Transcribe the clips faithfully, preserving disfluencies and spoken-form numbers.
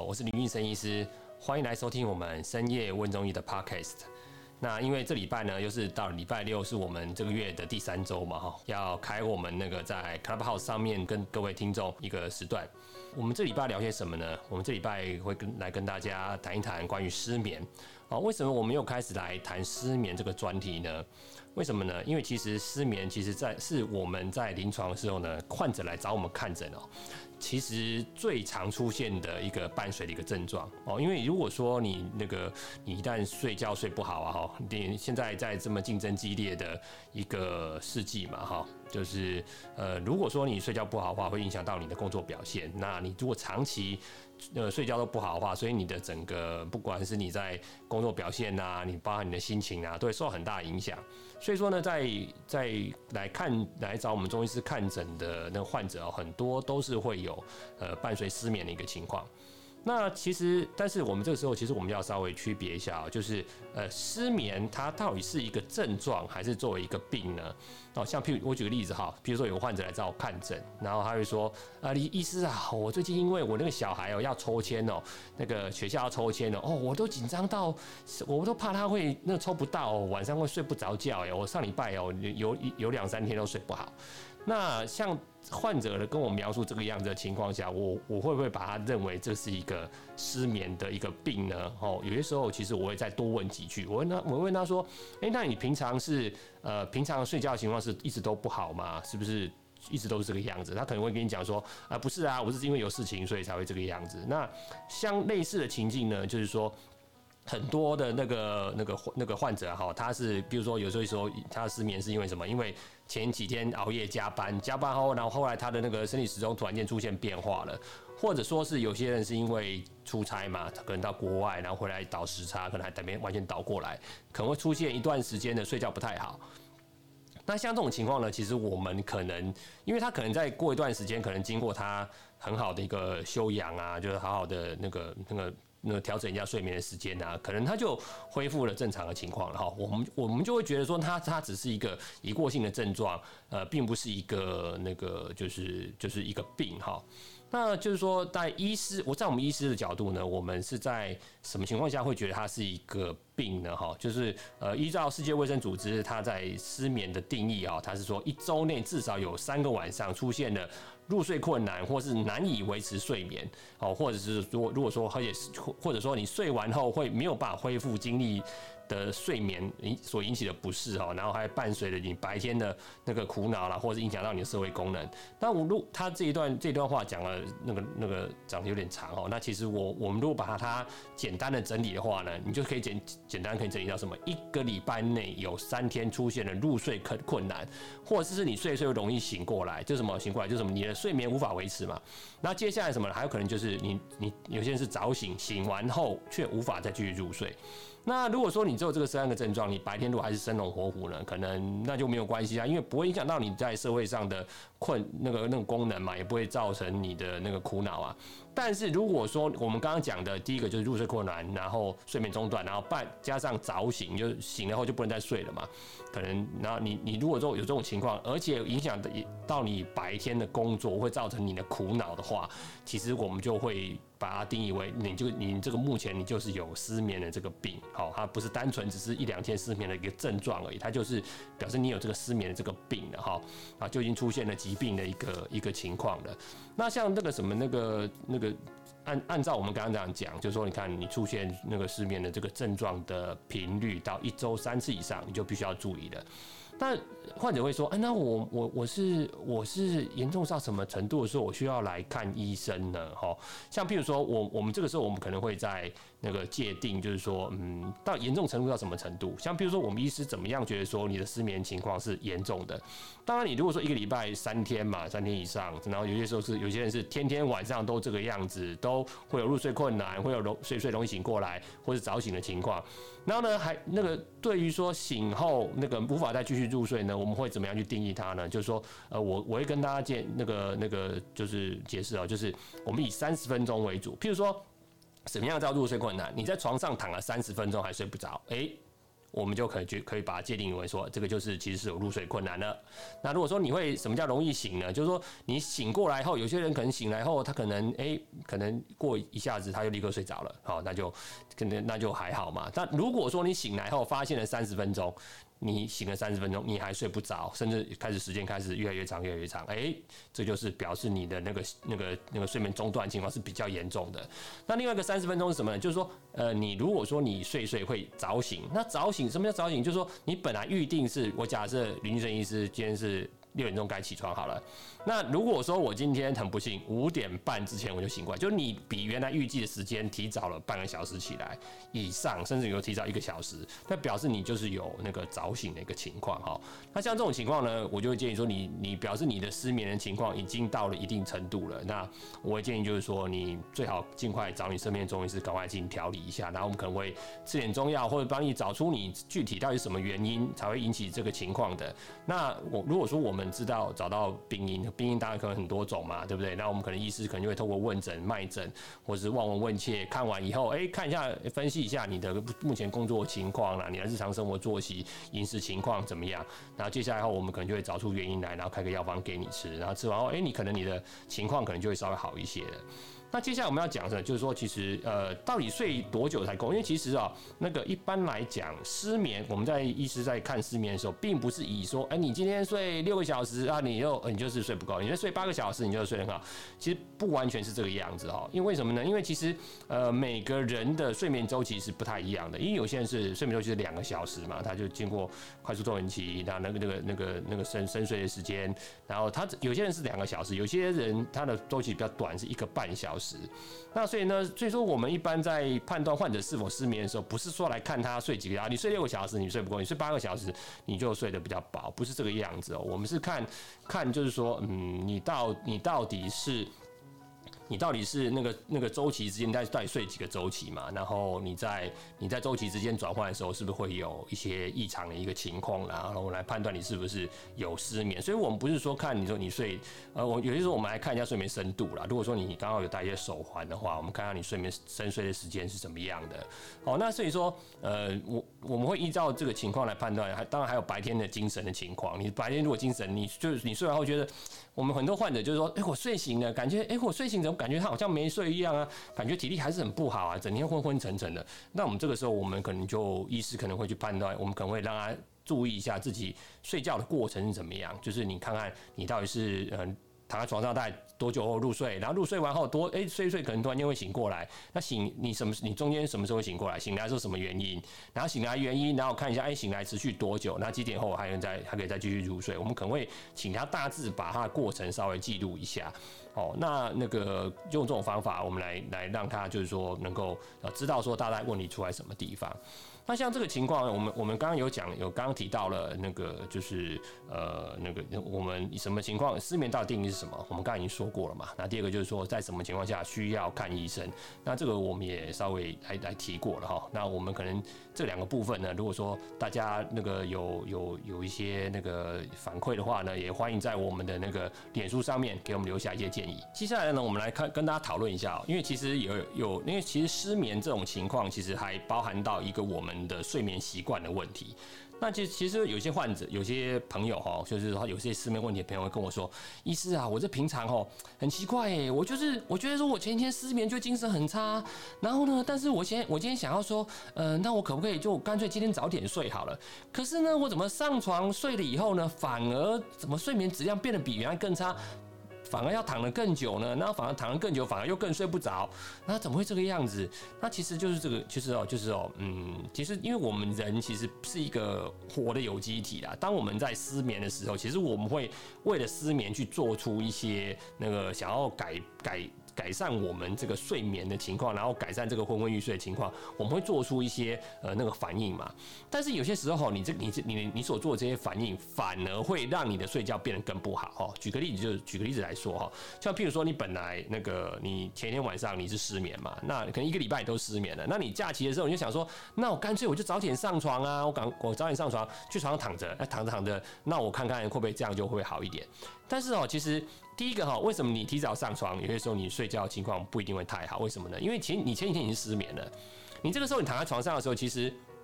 我是林玉生医师，欢迎来收听我们深夜问中医的 Podcast。那因为这礼拜呢，又是到礼拜六，是我们这个月的第三周嘛，哈，要开我们那个在 Clubhouse 上面跟各位听众一个时段。我们这礼拜聊些什么呢？我们这礼拜会跟来跟大家谈一谈关于失眠。啊，为什么我们又开始来谈失眠这个专题呢？为什么呢？因为其实失眠，其实在是我们在临床的时候呢，患者来找我们看诊哦。其实最常出现的一个伴随的一个症状哦，因为如果说你那个你一旦睡觉睡不好啊哈，你现在在这么竞争激烈的一个世纪嘛哈，就是呃，如果说你睡觉不好的话，会影响到你的工作表现。那你如果长期呃睡觉都不好的话，所以你的整个不管是你在工作表现啊，你包含你的心情啊，都会受很大的影响。所以说呢，在在来看来找我们中医师看诊的那个患者哦，很多都是会有呃伴随失眠的一个情况。那其实，但是我们这个时候，其实我们要稍微区别一下哦，就是呃，失眠它到底是一个症状，还是作为一个病呢？哦，像譬如我举个例子哈，譬如说有个患者来找我看诊，然后他会说啊，李医师啊，我最近因为我那个小孩哦要抽签哦，那个学校要抽签哦，哦，我都紧张到，我都怕他会那个抽不到哦，晚上会睡不着觉哎，我上礼拜哦有有两三天都睡不好。那像患者的跟我描述这个样子的情况下，我我会不会把他认为这是一个失眠的一个病呢？哦，有些时候其实我会再多问几句，我问他，我问他说，哎、欸，那你平常是呃平常睡觉的情况是一直都不好吗？是不是一直都是这个样子？他可能会跟你讲说，啊、呃，不是啊，我是因为有事情所以才会这个样子。那像类似的情境呢，就是说。很多的那个、那个、那个患者哈，他是比如说有时候说他失眠是因为什么？因为前几天熬夜加班，加班后，然后后来他的那个生理时钟突然间出现变化了，或者说是有些人是因为出差嘛，他可能到国外，然后回来倒时差，可能还等没完全倒过来，可能会出现一段时间的睡觉不太好。那像这种情况呢，其实我们可能，因为他可能在过一段时间，可能经过他很好的一个休养啊，就是好好的那个那个。那调整一下睡眠的时间啊，可能他就恢复了正常的情况了哈。我们我们就会觉得说他，他他只是一个一过性的症状，呃，并不是一个那个就是就是一个病哈。那就是说，在医师，我在我们医师的角度呢，我们是在什么情况下会觉得它是一个病呢？哈，就是呃，依照世界卫生组织它在失眠的定义啊，它是说一周内至少有三个晚上出现了入睡困难，或是难以维持睡眠，哦，或者是说如果说而且或者说你睡完后会没有办法恢复精力的睡眠所引起的不适哈，然后还伴随着你白天的那个苦恼啦，或者影响到你的社会功能。那我如他这一段这段话讲了那个那个讲的有点长哦，那其实我我们如果把它简单的整理的话呢，你就可以简简单可以整理到什么？一个礼拜内有三天出现了入睡困困难，或者是你睡睡容易醒过来，就什么醒过来就什么你的睡眠无法维持嘛。那接下来什么？还有可能就是你你有些人是早醒，醒完后却无法再继续入睡。那如果说你只有这个三个症状，你白天如果还是生龙活虎呢，可能那就没有关系啊，因为不会影响到你在社会上的困那个那个功能嘛，也不会造成你的那个苦恼啊。但是如果说我们刚刚讲的第一个就是入睡困难，然后睡眠中断，然后半加上早醒，就醒了后就不能再睡了嘛，可能然后你你如果说有这种情况，而且影响到你白天的工作，会造成你的苦恼的话，其实我们就会把它定义为你就你这个目前你就是有失眠的这个病，好，它不是单纯只是一两天失眠的一个症状而已，它就是表示你有这个失眠的这个病了哈，啊，就已经出现了疾病的一个一个情况了。那像那个什么那个那个按按照我们刚刚这样讲，就是说你看你出现那个失眠的这个症状的频率到一周三次以上，你就必须要注意了。那患者会说，啊，那我我我是我是严重到什么程度的时候，我需要来看医生呢？哈，像譬如说我我们这个时候，我们可能会在那个界定，就是说，嗯，到严重程度到什么程度？像譬如说，我们医师怎么样觉得说你的失眠情况是严重的？当然，你如果说一个礼拜三天嘛，三天以上，然后有些时候是有些人是天天晚上都这个样子，都会有入睡困难，会有睡睡容易醒过来，或是早醒的情况。然后呢，还那个对于说醒后那个无法再继续入睡呢，我们会怎么样去定义它呢？就是说，呃，我我会跟大家建那个那个就是解释啊，就是我们以三十分钟为主。譬如说，什么样叫入睡困难？你在床上躺了三十分钟还睡不着，哎、欸， 我们就可以可以把它界定为说，这个就是其实是有入睡困难了。那如果说你会什么叫容易醒呢？就是说你醒过来后，有些人可能醒来后，他可能哎、欸，可能过一下子他就立刻睡着了，好，那就可能那就还好嘛。但如果说你醒来后发现了三十分钟，你醒了三十分钟，你还睡不着，甚至开始时间开始越来越长，越来越长，哎、欸，这就是表示你的那个那个那个睡眠中断情况是比较严重的。那另外一个三十分钟是什么呢？就是说，呃，你如果说你睡睡会早醒，那早醒什么叫早醒？就是说你本来预定是我假设林俊生医师今天是六点钟该起床好了。那如果说我今天很不幸五点半之前我就醒过来，就是你比原来预计的时间提早了半个小时起来以上，甚至有提早一个小时，那表示你就是有那个早醒的一个情况哈。那像这种情况呢，我就会建议说你你表示你的失眠的情况已经到了一定程度了，那我会建议就是说你最好尽快找你身边的中医师赶快进行调理一下，然后我们可能会吃点中药或者帮你找出你具体到底是什么原因才会引起这个情况的。那我如果说我们知道找到病因，病因当然可能很多种嘛，对不对？那我们可能医师可能就会透过问诊、脉诊，或者是望闻问切，看完以后，哎、欸，看一下、分析一下你的目前工作情况啦，你的日常生活作息、饮食情况怎么样？然后接下来后，我们可能就会找出原因来，然后开个药方给你吃，然后吃完后，哎、欸，你可能你的情况可能就会稍微好一些了。那接下来我们要讲的，就是说，其实呃，到底睡多久才够？因为其实啊，那个一般来讲，失眠，我们在医师在看失眠的时候，并不是以说，哎、欸，你今天睡六个小时啊，你就你就是睡不够；你就睡八个小时，你就睡得很好。其实不完全是这个样子哈。因为为什么呢？因为其实呃，每个人的睡眠周期是不太一样的。因为有些人是睡眠周期是两个小时嘛，他就经过快速动眼期，然后那个那个那个那个深深睡的时间，然后他有些人是两个小时，有些人他的周期比较短，是一个半小时。那所以呢，所以说我们一般在判断患者是否失眠的时候，不是说来看他睡几个小时，你睡六个小时你睡不够，你睡八个小时你就睡得比较饱，不是这个样子哦。我们是看看就是说，嗯，你到你到底是。你到底是那个那个周期之间到底睡几个周期嘛？然后你在你在周期之间转换的时候，是不是会有一些异常的一个情况啦？然后来判断你是不是有失眠。所以我们不是说看你说你睡，呃，我有些时候我们来看一下睡眠深度啦。如果说你刚好有戴一些手环的话，我们看看你睡眠深睡的时间是怎么样的。好，那所以说，呃，我我们会依照这个情况来判断，还当然还有白天的精神的情况。你白天如果精神，你就是你睡完后觉得，我们很多患者就是说，哎、欸，我睡醒了，感觉，哎、欸，我睡醒怎么？感觉他好像没睡一样啊，感觉体力还是很不好啊，整天昏昏沉沉的。那我们这个时候，我们可能就医师可能会去判断，我们可能会让他注意一下自己睡觉的过程是怎么样，就是你看看你到底是嗯。呃躺在床上大概多久后入睡？然后入睡完后多哎、欸、睡一睡可能突然间会醒过来。那醒你什么？你中间什么时候会醒过来？醒来是什么原因？然后醒来原因，然后看一下哎、欸、醒来持续多久？那几点后还能再还可以再继续入睡？我们可能会请他大致把他的过程稍微记录一下。哦，那那个用这种方法，我们来来让他就是说能够呃知道说大概问题出在什么地方。那像这个情况，我们我们刚刚有讲，有刚刚提到了那个就是呃那个我们什么情况失眠到底定义是什么？我们刚刚已经说过了嘛。那第二个就是说在什么情况下需要看医生？那这个我们也稍微来来提过了哈。那我们可能这两个部分呢，如果说大家那个有有有一些那个反馈的话呢，也欢迎在我们的那个脸书上面给我们留下一些建议。接下来呢，我们来看跟大家讨论一下，因为其实有有因为其实失眠这种情况，其实还包含到一个我们的睡眠习惯的问题。那其实其实有些患者、有些朋友哈，就是说有些失眠问题的朋友会跟我说：“医师啊，我这平常哦很奇怪哎，我就是我觉得说我前一天失眠就精神很差，然后呢，但是我现我今天想要说，呃，那我可不可以就干脆今天早点睡好了？可是呢，我怎么上床睡了以后呢，反而怎么睡眠质量变得比原来更差？”反而要躺得更久呢，然后反而躺得更久，反而又更睡不着，那怎么会这个样子？那其实就是这个，就是哦，就是哦，嗯，其实因为我们人其实是一个活的有机体啦。当我们在失眠的时候，其实我们会为了失眠去做出一些那个想要改改。改善我们这个睡眠的情况，然后改善这个昏昏欲睡的情况，我们会做出一些呃那个反应嘛。但是有些时候，你这你你你所做的这些反应，反而会让你的睡觉变得更不好哦。举个例子，就举个例子来说哈，像譬如说你本来那个你前一天晚上你是失眠嘛，那可能一个礼拜都失眠了。那你假期的时候你就想说，那我干脆我就早点上床啊，我赶我早点上床去床上躺着，那躺着躺着，那我看看会不会这样就会好一点。但是哦，其实第一个哈，为什么你提早上床，有些时候你睡觉的情况不一定会太好？为什么呢？因为前你前几天已经失眠了，你这个时候你躺在床上的时候，其实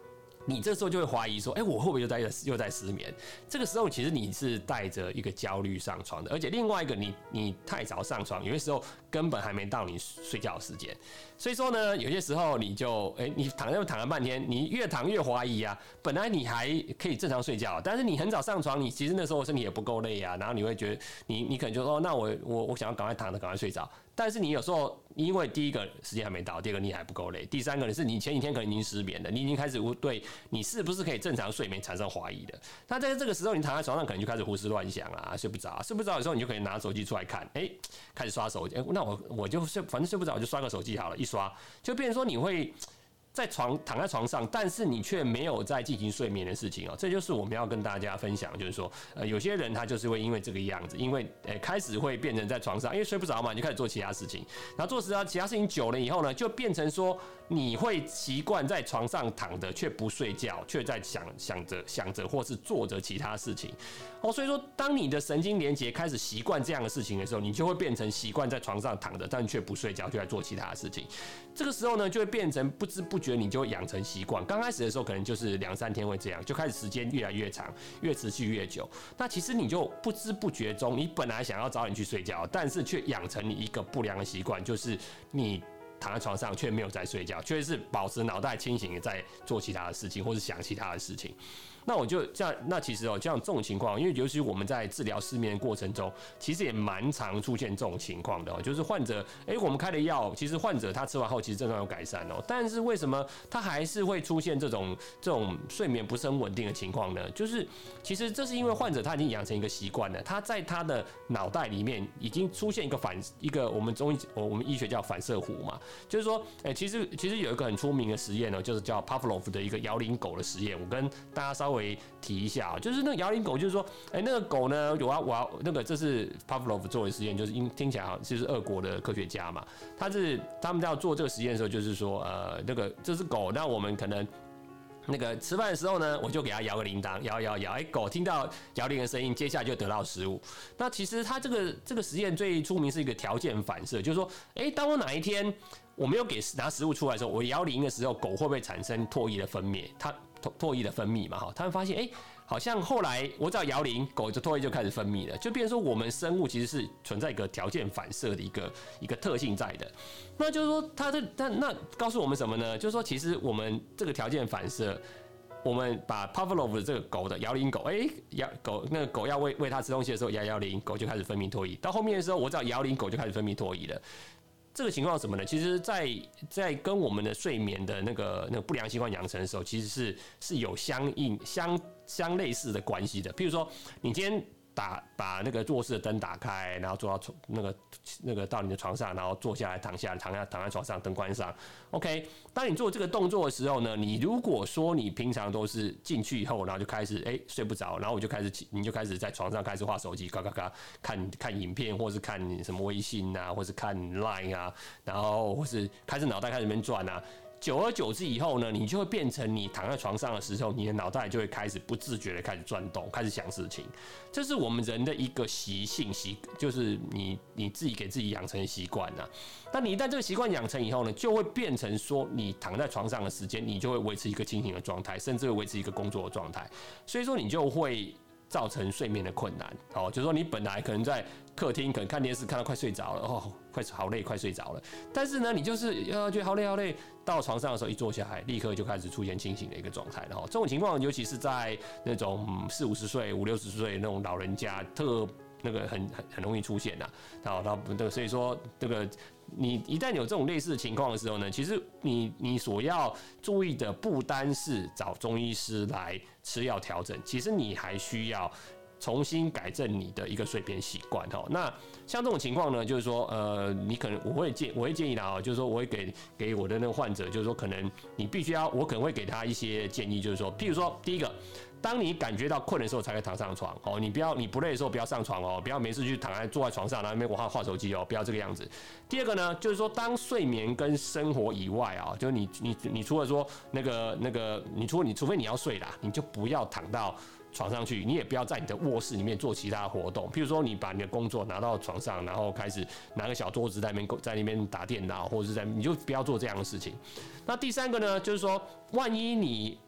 你这时候就会怀疑说，哎、欸，我会不会又在又在失眠？这个时候其实你是带着一个焦虑上床的，而且另外一个你你太早上床，有些时候根本还没到你睡觉的时间。所以说呢，有些时候你就哎、欸，你躺在躺了半天，你越躺越怀疑啊。本来你还可以正常睡觉，但是你很早上床，你其实那时候身体也不够累啊，然后你会觉得你你可能就说，哦，那我我我想要赶快躺着，赶快睡着。但是你有时候因为第一个时间还没到，第二个你还不够累，第三个是你前几天可能已经失眠了，你已经开始对你是不是可以正常睡眠产生怀疑的。那在这个时候，你躺在床上可能就开始胡思乱想啦，睡不着，睡不着的时候你就可以拿手机出来看，哎、欸，开始刷手机，欸、那我我就睡，反正睡不着我就刷个手机好了，一刷就变成说你会在床躺在床上，但是你却没有在进行睡眠的事情哦，这就是我们要跟大家分享，就是说，呃，有些人他就是会因为这个样子，因为呃、欸、开始会变成在床上，因为睡不着嘛，你就开始做其他事情，然后做其他其他事情久了以后呢，就变成说你会习惯在床上躺着却不睡觉，却在想想着想着或是做着其他事情哦，所以说当你的神经连结开始习惯这样的事情的时候，你就会变成习惯在床上躺着，但却不睡觉，就在做其他的事情。这个时候呢，就会变成不知不觉你就会养成习惯。刚开始的时候可能就是两三天会这样，就开始时间越来越长，越持续越久。那其实你就不知不觉中，你本来想要早点去睡觉，但是却养成你一个不良的习惯，就是你躺在床上却没有在睡觉，却是保持脑袋清醒的在做其他的事情，或是想其他的事情。那我就这样，那其实哦，像这种情况，因为尤其我们在治疗失眠的过程中，其实也蛮常出现这种情况的哦，就是患者，哎、欸，我们开的药，其实患者他吃完后，其实症状有改善哦，但是为什么他还是会出现这种这种睡眠不是很稳定的情况呢？就是其实这是因为患者他已经养成一个习惯了，他在他的脑袋里面已经出现一个反一个我们中医我们医学叫反射弧嘛，就是说，哎、欸，其实其实有一个很出名的实验呢，就是叫 Pavlov 的一个摇铃狗的实验，我跟大家稍微提一下，就是那个摇铃狗，就是说，哎、欸，那个狗呢，我要我要那个，这是 Pavlov 做的实验，就是因听起来好，就是俄国的科学家嘛，他是他们在做这个实验的时候，就是说，呃，那个这只狗，那我们可能。那个吃饭的时候呢，我就给它摇个铃铛，摇摇摇，哎，狗听到摇铃的声音，接下来就得到食物。那其实它这个这个实验最出名是一个条件反射，就是说，哎，当我哪一天我没有给拿食物出来的时候，我摇铃的时候，狗会不会产生唾液的分泌？它唾液的分泌嘛，哈，他们发现，哎。好像后来我只要摇铃，狗的唾液就开始分泌了，就变成说我们生物其实是存在一个条件反射的一个一个特性在的。那就是说，它的它那告诉我们什么呢？就是说，其实我们这个条件反射，我们把 Pavlov 的这个狗的摇铃狗，哎、欸，摇狗那个狗要喂喂它吃东西的时候摇摇铃，狗就开始分泌唾液。到后面的时候，我只要摇铃，狗就开始分泌唾液了。这个情况是什么呢？其实在，在跟我们的睡眠的那个那个不良习惯养成的时候，其实是是有相应相相类似的关系的。譬如说，你今天打把那个卧室的灯打开，然后坐到那个那个到你的床上，然后坐下来躺下来，躺下躺在床上，灯关上。OK， 当你做这个动作的时候呢，你如果说你平常都是进去以后，然后就开始哎、欸、睡不着，然后我就开始你就开始在床上开始滑手机，咔咔咔看看影片，或是看什么微信啊，或是看 Line 啊，然后或是开始脑袋开始在那边转啊。久而久之以后呢，你就会变成你躺在床上的时候，你的脑袋就会开始不自觉的开始转动，开始想事情。这是我们人的一个习性，习就是你你自己给自己养成的习惯呐。那你一旦这个习惯养成以后呢，就会变成说，你躺在床上的时间，你就会维持一个清醒的状态，甚至会维持一个工作的状态。所以说，你就会造成睡眠的困难。哦，就是说你本来可能在客厅可能看电视看到快睡着了，哦，快好累，快睡着了。但是呢，你就是呃觉得好累好累，到床上的时候一坐下来，立刻就开始出现清醒的一个状态。然后这种情况，尤其是在那种四五十岁、五六十岁那种老人家，特那个很很很容易出现呐。然后，然后那个所以说这个。你一旦有这种类似的情况的时候呢，其实你你所要注意的不单是找中医师来吃药调整，其实你还需要重新改正你的一个睡眠习惯哈。那像这种情况呢，就是说呃，你可能我会建我会建议啦，就是说我会给给我的那个患者，就是说可能你必须要，我可能会给他一些建议，就是说，譬如说第一个。当你感觉到困的时候，才会躺上床哦。你不要，你不累的时候不要上床哦，不要没事去躺在坐在床上，然后那边划划手机哦，不要这个样子。第二个呢，就是说，当睡眠跟生活以外啊，就是你你你除了说那个那个，你除了你除非你要睡啦，你就不要躺到床上去，你也不要在你的卧室里面做其他活动，譬如说你把你的工作拿到床上，然后开始拿个小桌子在那边在那边打电脑，或者是在你就不要做这样的事情。那第三个呢，就是说，万一你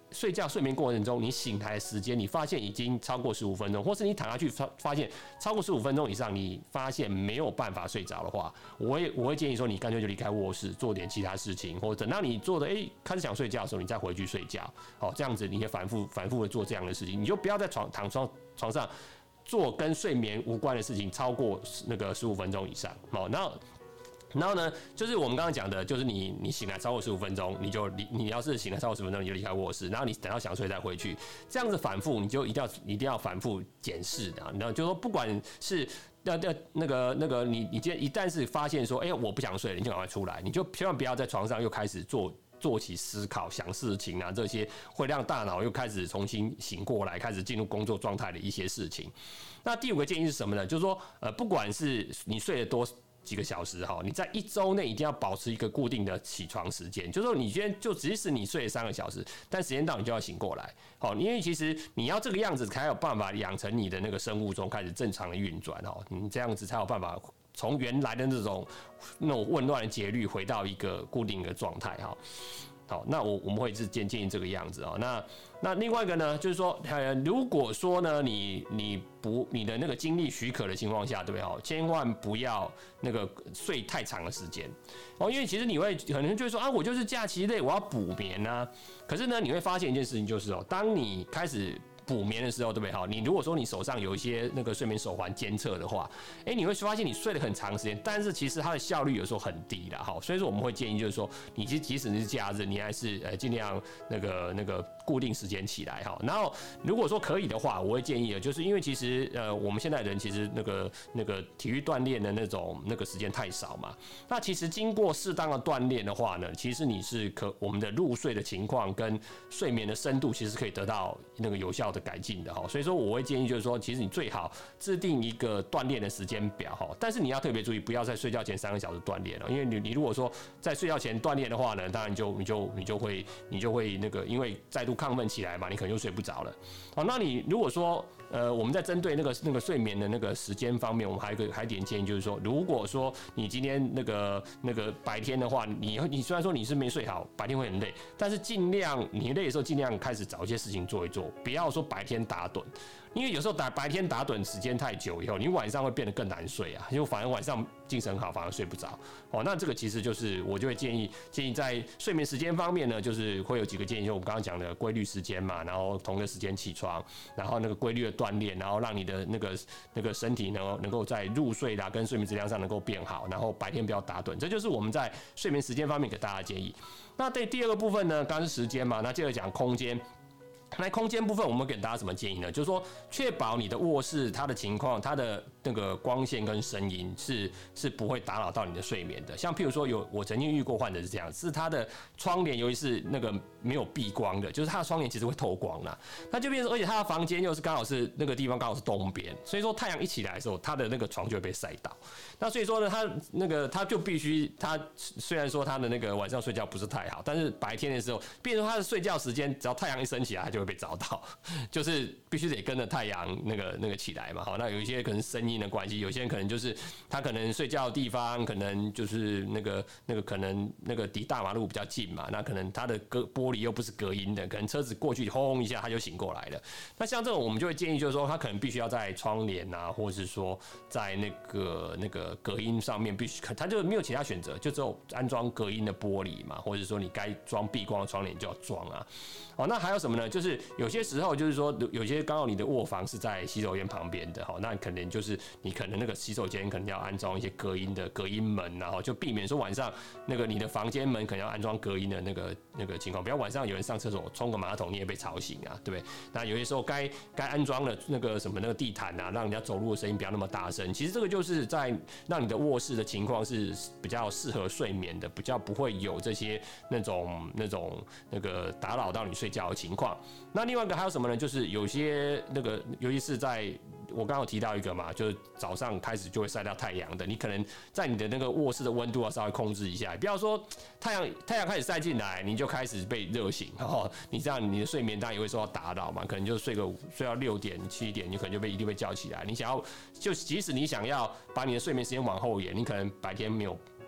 睡觉睡眠过程中，你醒来的时间，你发现已经超过十五分钟，或是你躺下去发发现超过十五分钟以上，你发现没有办法睡着的话，我会我会建议说，你干脆就离开卧室，做点其他事情，或者等到你做的哎、欸、开始想睡觉的时候，你再回去睡觉。好，这样子你也反复反复的做这样的事情，你就不要在床躺床床上做跟睡眠无关的事情超过那个十五分钟以上。好，然后。然后呢，就是我们刚刚讲的，就是你你醒来超过十五分钟，你就离你要是醒来超过十分钟，你就离开卧室，然后你等到想睡再回去，这样子反复，你就一定要一定要反复检视的。然后就说，不管是要要那个那个，你你今天一旦是发现说，哎、欸，我不想睡了，你就赶快出来，你就千万不要在床上又开始做。做起思考、想事情啊，这些会让大脑又开始重新醒过来，开始进入工作状态的一些事情。那第五个建议是什么呢？就是说，呃，不管是你睡得多几个小时哈，你在一周内一定要保持一个固定的起床时间。就是说，你今天就即使你睡了三个小时，但时间到你就要醒过来。好，因为其实你要这个样子才有办法养成你的那个生物钟开始正常的运转哈，你这样子才有办法。从原来的那种那种混乱的节律回到一个固定的状态哈。好，那我我们会是建建议这个样子啊。那那另外一个呢，就是说，呃，如果说呢，你你不你的那个精力许可的情况下，对不对？哈，千万不要那个睡太长的时间哦，因为其实你会可能就会说啊，我就是假期累，我要补眠啊。可是呢，你会发现一件事情，就是哦，当你开始补眠的时候，对不对？好，你如果说你手上有一些那个睡眠手环监测的话，哎、欸，你会发现你睡了很长时间，但是其实它的效率有时候很低啦。好，所以说我们会建议就是说，你即使你是假日，你还是呃尽量那个那个固定时间起来哈。然后如果说可以的话，我会建议的，就是因为其实呃我们现在人其实那个那个体育锻炼的那种那个时间太少嘛，那其实经过适当的锻炼的话呢，其实你是可我们的入睡的情况跟睡眠的深度，其实可以得到那个有效的改进的哈，所以说我会建议就是说，其实你最好制定一个锻炼的时间表哈，但是你要特别注意，不要在睡觉前三个小时锻炼了，因为你你如果说在睡觉前锻炼的话呢，当然就你就你就会你就会那个，因为再度亢奋起来嘛，你可能就睡不着了。好，那你如果说呃我们在针对那个那个睡眠的那个时间方面，我们还有一个还有一点建议就是说，如果说你今天那个那个白天的话，你你虽然说你是没睡好，白天会很累，但是尽量你累的时候尽量开始找一些事情做一做，不要说白天打盹，因为有时候打白天打盹时间太久以后，你晚上会变得更难睡啊，因为反而晚上精神好，反而睡不着。哦，那这个其实就是我就会建议建议在睡眠时间方面呢，就是会有几个建议，就我们刚刚讲的规律时间嘛，然后同一个时间起床，然后那个规律的锻炼，然后让你的那个那个身体能能够在入睡啦跟睡眠质量上能够变好，然后白天不要打盹，这就是我们在睡眠时间方面给大家的建议。那对第二个部分呢，刚刚是时间嘛，那接着讲空间。那空间部分，我们给大家什么建议呢？就是说，确保你的卧室它的情况，它的那个光线跟声音是是不会打扰到你的睡眠的。像譬如说有，有我曾经遇过患者是这样，是他的窗帘尤其是那个没有避光的，就是他的窗帘其实会透光啦，那就变成，而且他的房间又是刚好是那个地方刚好是东边，所以说太阳一起来的时候，他的那个床就会被晒到。那所以说呢，他那个他就必须，他虽然说他的那个晚上睡觉不是太好，但是白天的时候，变成他的睡觉时间，只要太阳一升起来，他就会被照到，就是必须得跟着太阳那个那个起来嘛。好，那有一些可能声音的关系，有些人可能就是他可能睡觉的地方，可能就是那个那个可能那个离大马路比较近嘛，那可能他的隔玻璃又不是隔音的，可能车子过去轰一下他就醒过来了。那像这种我们就会建议就是说，他可能必须要在窗帘啊，或者是说在那个那个隔音上面必须，他就没有其他选择，就只有安装隔音的玻璃嘛，或者说你该装避光的窗帘就要装啊。好，那还有什么呢？就是有些时候就是说，有些刚好你的卧房是在洗手间旁边的，好，那可能就是你可能那个洗手间可能要安装一些隔音的隔音门，然后就避免说晚上那个你的房间门可能要安装隔音的那个那个情况，不要晚上有人上厕所冲个马桶你也被吵醒啊，对不对？那有些时候该该安装的那个什么那个地毯啊，让人家走路的声音不要那么大声。其实这个就是在让你的卧室的情况是比较适合睡眠的，比较不会有这些那种那种那个打扰到你睡觉的情况。那另外一个还有什么呢？就是有些那个，尤其是在我刚刚有提到一个嘛，就是早上开始就会晒到太阳的，你可能在你的那个卧室的温度要稍微控制一下，不要说太阳太阳开始晒进来，你就开始被热醒，然后你这样你的睡眠当然也会受到打扰嘛，可能就睡个睡到六点七点，你可能就被一定被叫起来。你想要就即使你想要把你的睡眠时间往后延，你可能白天没有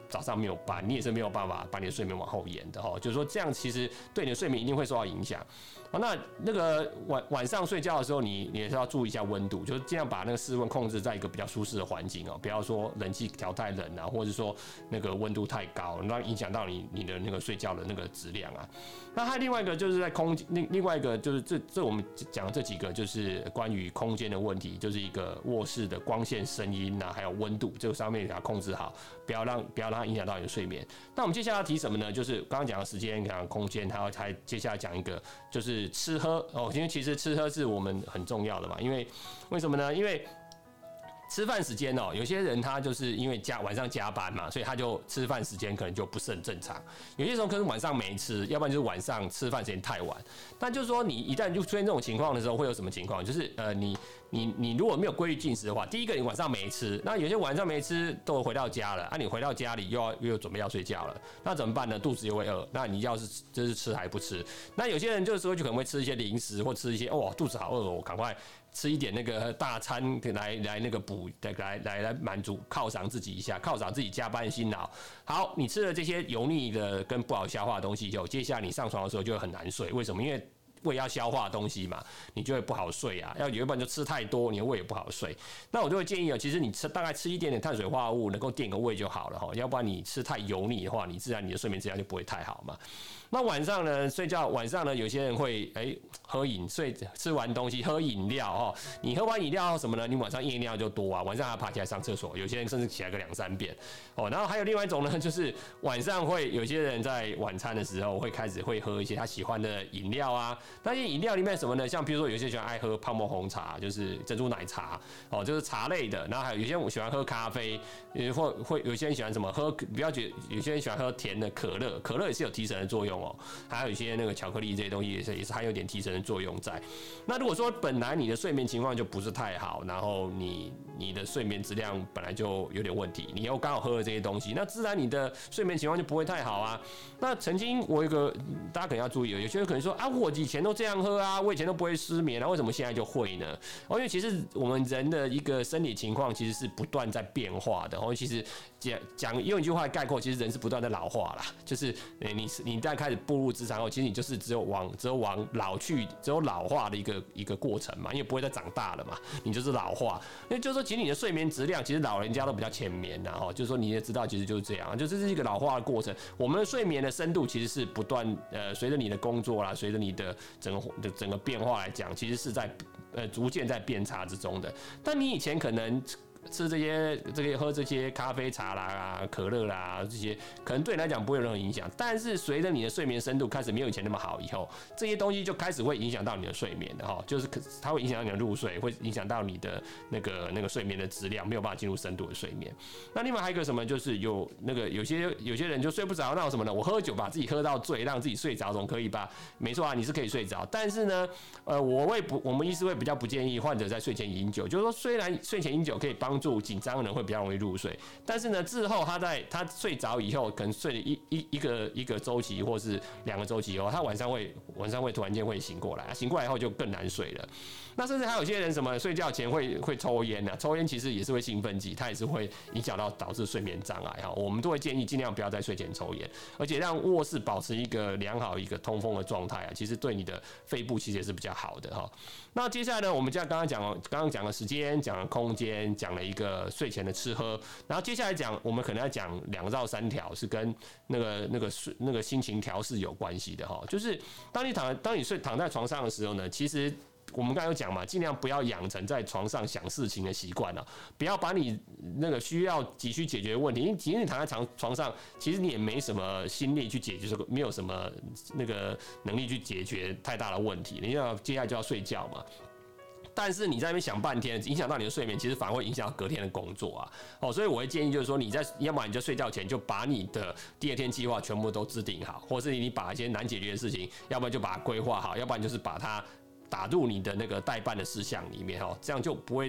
早上没有班，你也是没有办法把你的睡眠往后延的哈。就是说这样其实对你的睡眠一定会受到影响。好，那那个晚晚上睡觉的时候，你你也是要注意一下温度，就是尽量把那个室温控制在一个比较舒适的环境哦，不要说冷气调太冷啊，或者说那个温度太高，那影响到你你的那个睡觉的那个质量啊。那还有另外一个就是在空另另外一个就是这这我们讲的这几个就是关于空间的问题，就是一个卧室的光线、声音啊，还有温度这个上面给它控制好，不要让不要让它影响到你的睡眠。那我们接下来要提什么呢？就是刚刚讲的时间、讲空间，还有还接下来讲一个就是吃喝哦，因为其实吃喝是我们很重要的嘛，因为为什么呢？因为吃饭时间哦，有些人他就是因为加晚上加班嘛，所以他就吃饭时间可能就不是很正常。有些时候可能晚上没吃，要不然就是晚上吃饭时间太晚。但就是说，你一旦就出现这种情况的时候，会有什么情况？就是呃，你你你如果没有规律进食的话，第一个你晚上没吃，那有些晚上没吃都回到家了，啊，你回到家里又要又准备要睡觉了，那怎么办呢？肚子又会饿，那你要是就是吃还不吃？那有些人就是说就可能会吃一些零食或吃一些哦，肚子好饿哦，我赶快吃一点那个大餐来来那个补来来来满足犒赏自己一下，犒赏自己加班的辛劳。好，你吃了这些油腻的跟不好消化的东西以后，接下来你上床的时候就会很难睡。为什么？因为胃要消化东西嘛，你就会不好睡啊。要有一半就吃太多，你的胃也不好睡。那我就会建议啊，其实你吃大概吃一点点碳水化合物，能够垫个胃就好了哈。要不然你吃太油腻的话，你自然你的睡眠质量就不会太好嘛。那晚上呢，睡觉晚上呢，有些人会哎、欸、喝饮睡吃完东西喝饮料哈。你喝完饮料什么呢？你晚上夜尿就多啊，晚上还爬起来上厕所，有些人甚至起来个两三遍哦。然后还有另外一种呢，就是晚上会有些人在晚餐的时候会开始会喝一些他喜欢的饮料啊。那些饮料里面什么呢？像比如说有些喜欢爱喝泡沫红茶，就是珍珠奶茶哦，就是茶类的。然后还有有些人喜欢喝咖啡，或会有些人喜欢什么喝，不要觉得有些人喜欢喝甜的可乐，可乐也是有提神的作用哦。还有一些那个巧克力这些东西也是也是含有点提神的作用在。那如果说本来你的睡眠情况就不是太好，然后你你的睡眠质量本来就有点问题，你又刚好喝了这些东西，那自然你的睡眠情况就不会太好啊。那曾经我有一个大家可能要注意，有些人可能说啊，我以前都这样喝啊，我以前都不会失眠啊，为什么现在就会呢？哦，因为其实我们人的一个生理情况其实是不断在变化的。哦，其实讲讲用一句话概括，其实人是不断在老化啦。就是你你在开始步入职场后，其实你就是只有往只有往老去，只有老化的一个一个过程嘛，因为不会再长大了嘛，你就是老化。那就是说，其实你的睡眠质量，其实老人家都比较浅眠的哦。就是说，你也知道，其实就是这样，就是这是一个老化的过程。我们的睡眠的深度其实是不断呃，随着你的工作啦，随着你的整个整个变化来讲，其实是在呃逐渐在变差之中的。但你以前可能吃这些、这些喝这些咖啡、茶啦、可乐啦这些，可能对你来讲不会有任何影响。但是随着你的睡眠深度开始没有以前那么好以后，这些东西就开始会影响到你的睡眠的哈，就是它会影响到你的入睡，会影响到你的那个那个睡眠的质量，没有办法进入深度的睡眠。那另外还有一个什么，就是有那个有些有些人就睡不着，那有什么呢？我喝酒把自己喝到醉，让自己睡着总可以吧？没错啊，你是可以睡着，但是呢，呃，我会不，我们医师会比较不建议患者在睡前饮酒，就是说虽然睡前饮酒可以帮助紧张的人会比较容易入睡，但是呢，之后他在他睡着以后，可能睡了一一一个一个周期或是两个周期以后，他晚上会晚上会突然间会醒过来，醒过来以后就更难睡了。那甚至还有些人什么睡觉前会会抽烟呢、啊？抽烟其实也是会兴奋剂，它也是会影响到导致睡眠障碍哈。我们都会建议尽量不要在睡前抽烟，而且让卧室保持一个良好一个通风的状态啊，其实对你的肺部其实也是比较好的哈。那接下来呢，我们就刚刚讲了，刚刚讲了时间，讲了空间，讲了一个睡前的吃喝，然后接下来讲，我们可能要讲两到三条是跟那个那个那个心情调试有关系的哈。就是当你躺当你睡躺在床上的时候呢，其实我们刚才有讲嘛，尽量不要养成在床上想事情的习惯啊，不要把你那个需要急需解决的问题，因为其实你躺在床床上，其实你也没什么心力去解决这个，没有什么那个能力去解决太大的问题，你要接下来就要睡觉嘛。但是你在那边想半天，影响到你的睡眠，其实反而会影响到隔天的工作啊。哦，所以我会建议就是说，你在要么你就睡觉前就把你的第二天计划全部都制定好，或是你把一些难解决的事情，要不然就把它规划好，要不然就是把它打入你的那个待办的事项里面哈，这样就不会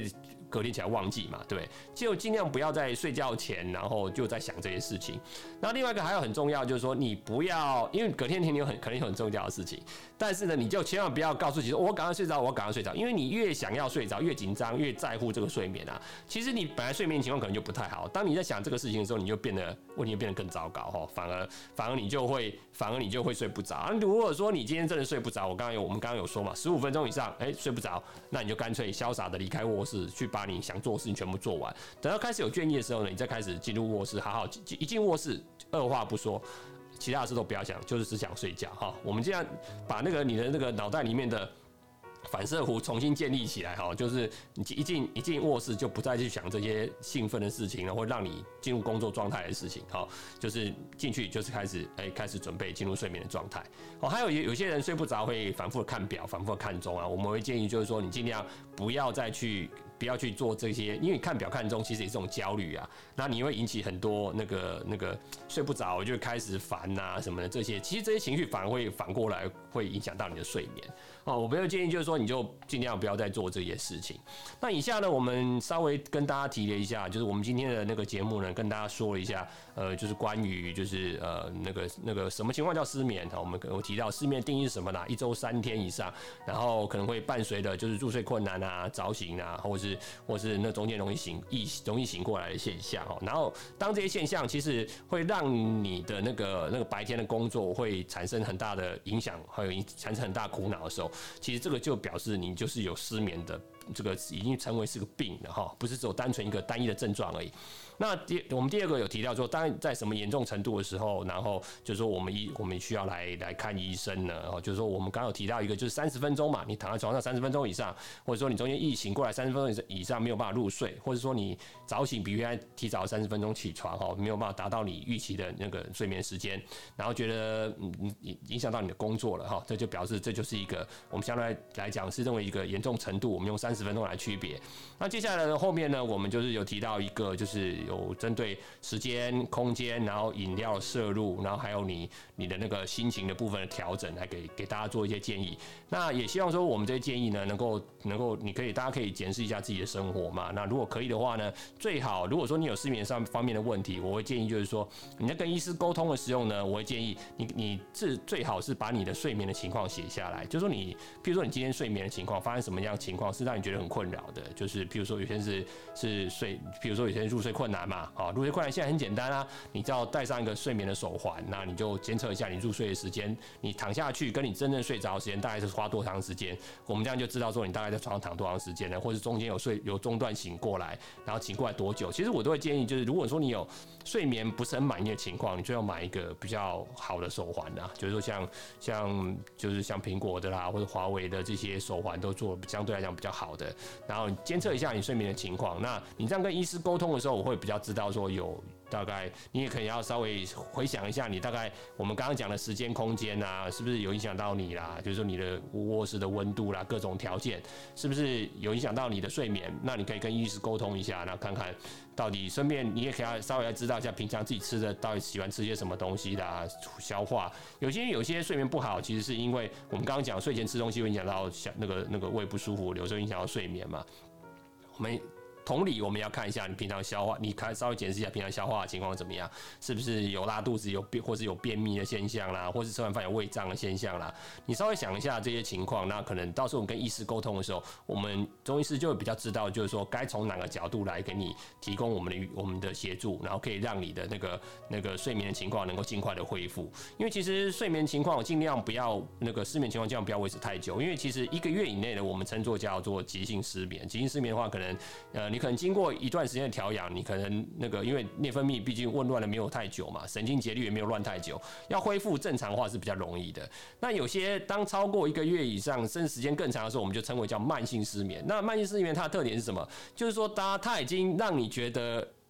隔天起来忘记嘛，对不对？就尽量不要在睡觉前，然后就在想这些事情。那另外一个还有很重要，就是说你不要，因为隔天天你有很可能有很重要的事情，但是呢，你就千万不要告诉自己说，我赶快睡着，我赶快睡着，因为你越想要睡着，越紧张，越在乎这个睡眠啊。其实你本来睡眠情况可能就不太好，当你在想这个事情的时候，你就变得问题就变得更糟糕哈，反而反而你就会反而你就会睡不着。啊、如果说你今天真的睡不着，我刚刚有我们刚刚有说嘛，十五分钟以上，哎、欸、睡不着，那你就干脆潇洒的离开卧室，去把你想做的事情全部做完。等到开始有倦意的时候呢，你再开始进入卧室，好好一进卧室，二话不说，其他的事都不要想，就是只想睡觉哈。我们这样把那个你的那个脑袋里面的反射弧重新建立起来哈，就是你一进一进卧室就不再去想这些兴奋的事情了，会让你进入工作状态的事情哈，就是进去就是开始哎、欸、开始准备进入睡眠的状态。哦，还有有些人睡不着会反复的看表，反复的看钟啊，我们会建议就是说你尽量不要再去。不要去做这些，因为看表看钟其实也是一种焦虑啊，那你会引起很多那个那个睡不着，就开始烦啊什么的这些，其实这些情绪反而会反过来会影响到你的睡眠哦。我比较建议就是说，你就尽量不要再做这些事情。那以下呢，我们稍微跟大家提了一下，就是我们今天的那个节目呢，跟大家说了一下，呃，就是关于就是呃那个那个什么情况叫失眠？我们我提到失眠定义是什么呢？一周三天以上，然后可能会伴随的就是入睡困难啊、早醒啊，或者是或是那中间容易醒、易容易醒过来的现象哦。然后当这些现象其实会让你的那个那个白天的工作会产生很大的影响，还有产生很大苦恼的时候，其实这个就表示你就是有失眠的。这个已经成为是个病了哈，不是只有单纯一个单一的症状而已。那第我们第二个有提到说，当然在什么严重程度的时候，然后就是说我们医我们需要来来看医生呢？哦，就是说我们刚刚有提到一个，就是三十分钟嘛，你躺在床上三十分钟以上，或者说你中间一醒过来三十分钟以上没有办法入睡，或者说你早醒比原来提早三十分钟起床哈，没有办法达到你预期的那个睡眠时间，然后觉得嗯影响到你的工作了哈，这就表示这就是一个我们相对来讲是认为一个严重程度，我们用三十分钟来区别。那接下来的后面呢，我们就是有提到一个，就是有针对时间、空间，然后饮料摄入，然后还有你你的那个心情的部分的调整，来给给大家做一些建议。那也希望说我们这些建议呢，能够能够你可以大家可以检视一下自己的生活嘛。那如果可以的话呢，最好如果说你有失眠上方面的问题，我会建议就是说你在跟医师沟通的时候呢，我会建议你你是最好是把你的睡眠的情况写下来，就是说你譬如说你今天睡眠的情况发生什么样的情况是让你觉得很困扰的，就是譬如说有些人是是睡，譬如说有些人入睡困难嘛，啊，入睡困难现在很简单啊，你只要戴上一个睡眠的手环，那你就监测一下你入睡的时间，你躺下去跟你真正睡着的时间大概是花多长时间，我们这样就知道说你大概在床上躺多长时间了，或者中间有睡有中断醒过来，然后醒过来多久。其实我都会建议，就是如果说你有睡眠不是很满意的情况，你最好买一个比较好的手环啊，就是说像像就是像苹果的啦，或者华为的这些手环都做相对来讲比较好的，然后你监测一下你睡眠的情况。那你这样跟医师沟通的时候，我会比较知道说有大概你也可以要稍微回想一下，你大概我们刚刚讲的时间、空间啊，是不是有影响到你啦？就是说你的卧室的温度啦，各种条件是不是有影响到你的睡眠？那你可以跟医师沟通一下，那看看到底顺便你也可以稍微来知道一下平常自己吃的到底喜欢吃些什么东西啦，消化。有些有些睡眠不好，其实是因为我们刚刚讲睡前吃东西会影响到那个那个胃不舒服，有时候影响到睡眠嘛。我们同理，我们要看一下你平常消化，你看稍微检视一下平常消化的情况怎么样，是不是有拉肚子、有便或是有便秘的现象啦，或是吃完饭有胃胀的现象啦。你稍微想一下这些情况，那可能到时候我们跟医师沟通的时候，我们中医师就会比较知道，就是说该从哪个角度来给你提供我们的我们的协助，然后可以让你的那个那个睡眠的情况能够尽快的恢复。因为其实睡眠情况我尽量不要那个失眠情况尽量不要维持太久，因为其实一个月以内的我们称作叫做急性失眠。急性失眠的话，可能呃你可能经过一段时间的调养，你可能那个因为内分泌毕竟紊乱了没有太久嘛，神经节律也没有乱太久，要恢复正常化是比较容易的。那有些当超过一个月以上，甚至时间更长的时候，我们就称为叫慢性失眠。那慢性失眠它的特点是什么？就是说它它已经让你觉得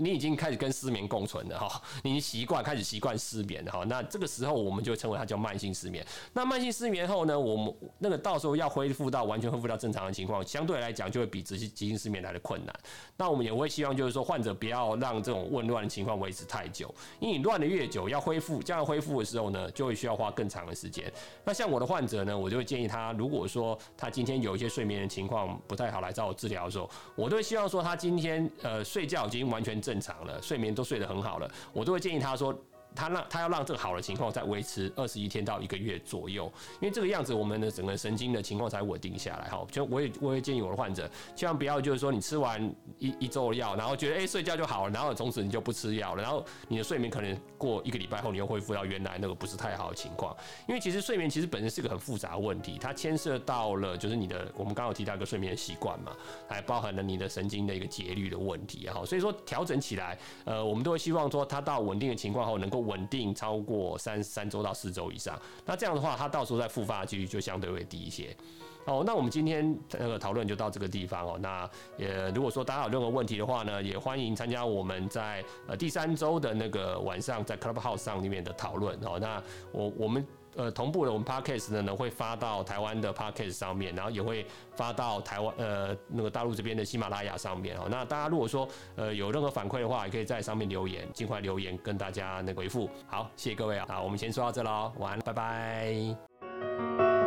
你已经开始跟失眠共存了哈，你习惯开始习惯失眠了哈。那这个时候我们就称为它叫慢性失眠。那慢性失眠后呢，我们那个到时候要恢复到完全恢复到正常的情况，相对来讲就会比急性失眠来的困难。那我们也会希望就是说患者不要让这种紊乱的情况维持太久，因为你乱的越久，要恢复这样恢复的时候呢，就会需要花更长的时间。那像我的患者呢，我就会建议他，如果说他今天有一些睡眠的情况不太好来找我治疗的时候，我都会希望说他今天呃睡觉已经完全正常了，睡眠都睡得很好了，我都会建议他说。他让他要让这个好的情况再维持二十一天到一个月左右，因为这个样子我们的整个神经的情况才稳定下来哈。就我也我也建议我的患者，千万不要就是说你吃完一一周的药，然后觉得哎、欸、睡觉就好了，然后从此你就不吃药了，然后你的睡眠可能过一个礼拜后你又恢复到原来那个不是太好的情况。因为其实睡眠其实本身是个很复杂的问题，它牵涉到了就是你的我们刚刚有提到一个睡眠的习惯嘛，还包含了你的神经的一个节律的问题哈。所以说调整起来，呃，我们都会希望说它到稳定的情况后能够稳定超过三三周到四周以上，那这样的话，它到时候再复发的几率就相对会低一些。哦，那我们今天那个讨论就到这个地方哦。那也如果说大家有任何问题的话呢，也欢迎参加我们在呃第三周的那个晚上在 Clubhouse 上里面的讨论哦。那我我们。呃，同步的我们 Podcast 呢会发到台湾的 Podcast 上面，然后也会发到台湾呃那个大陆这边的喜马拉雅上面哦。那大家如果说呃有任何反馈的话，也可以在上面留言，尽快留言跟大家那个回复。好，谢谢各位啊，好，我们先说到这喽，晚安，拜拜。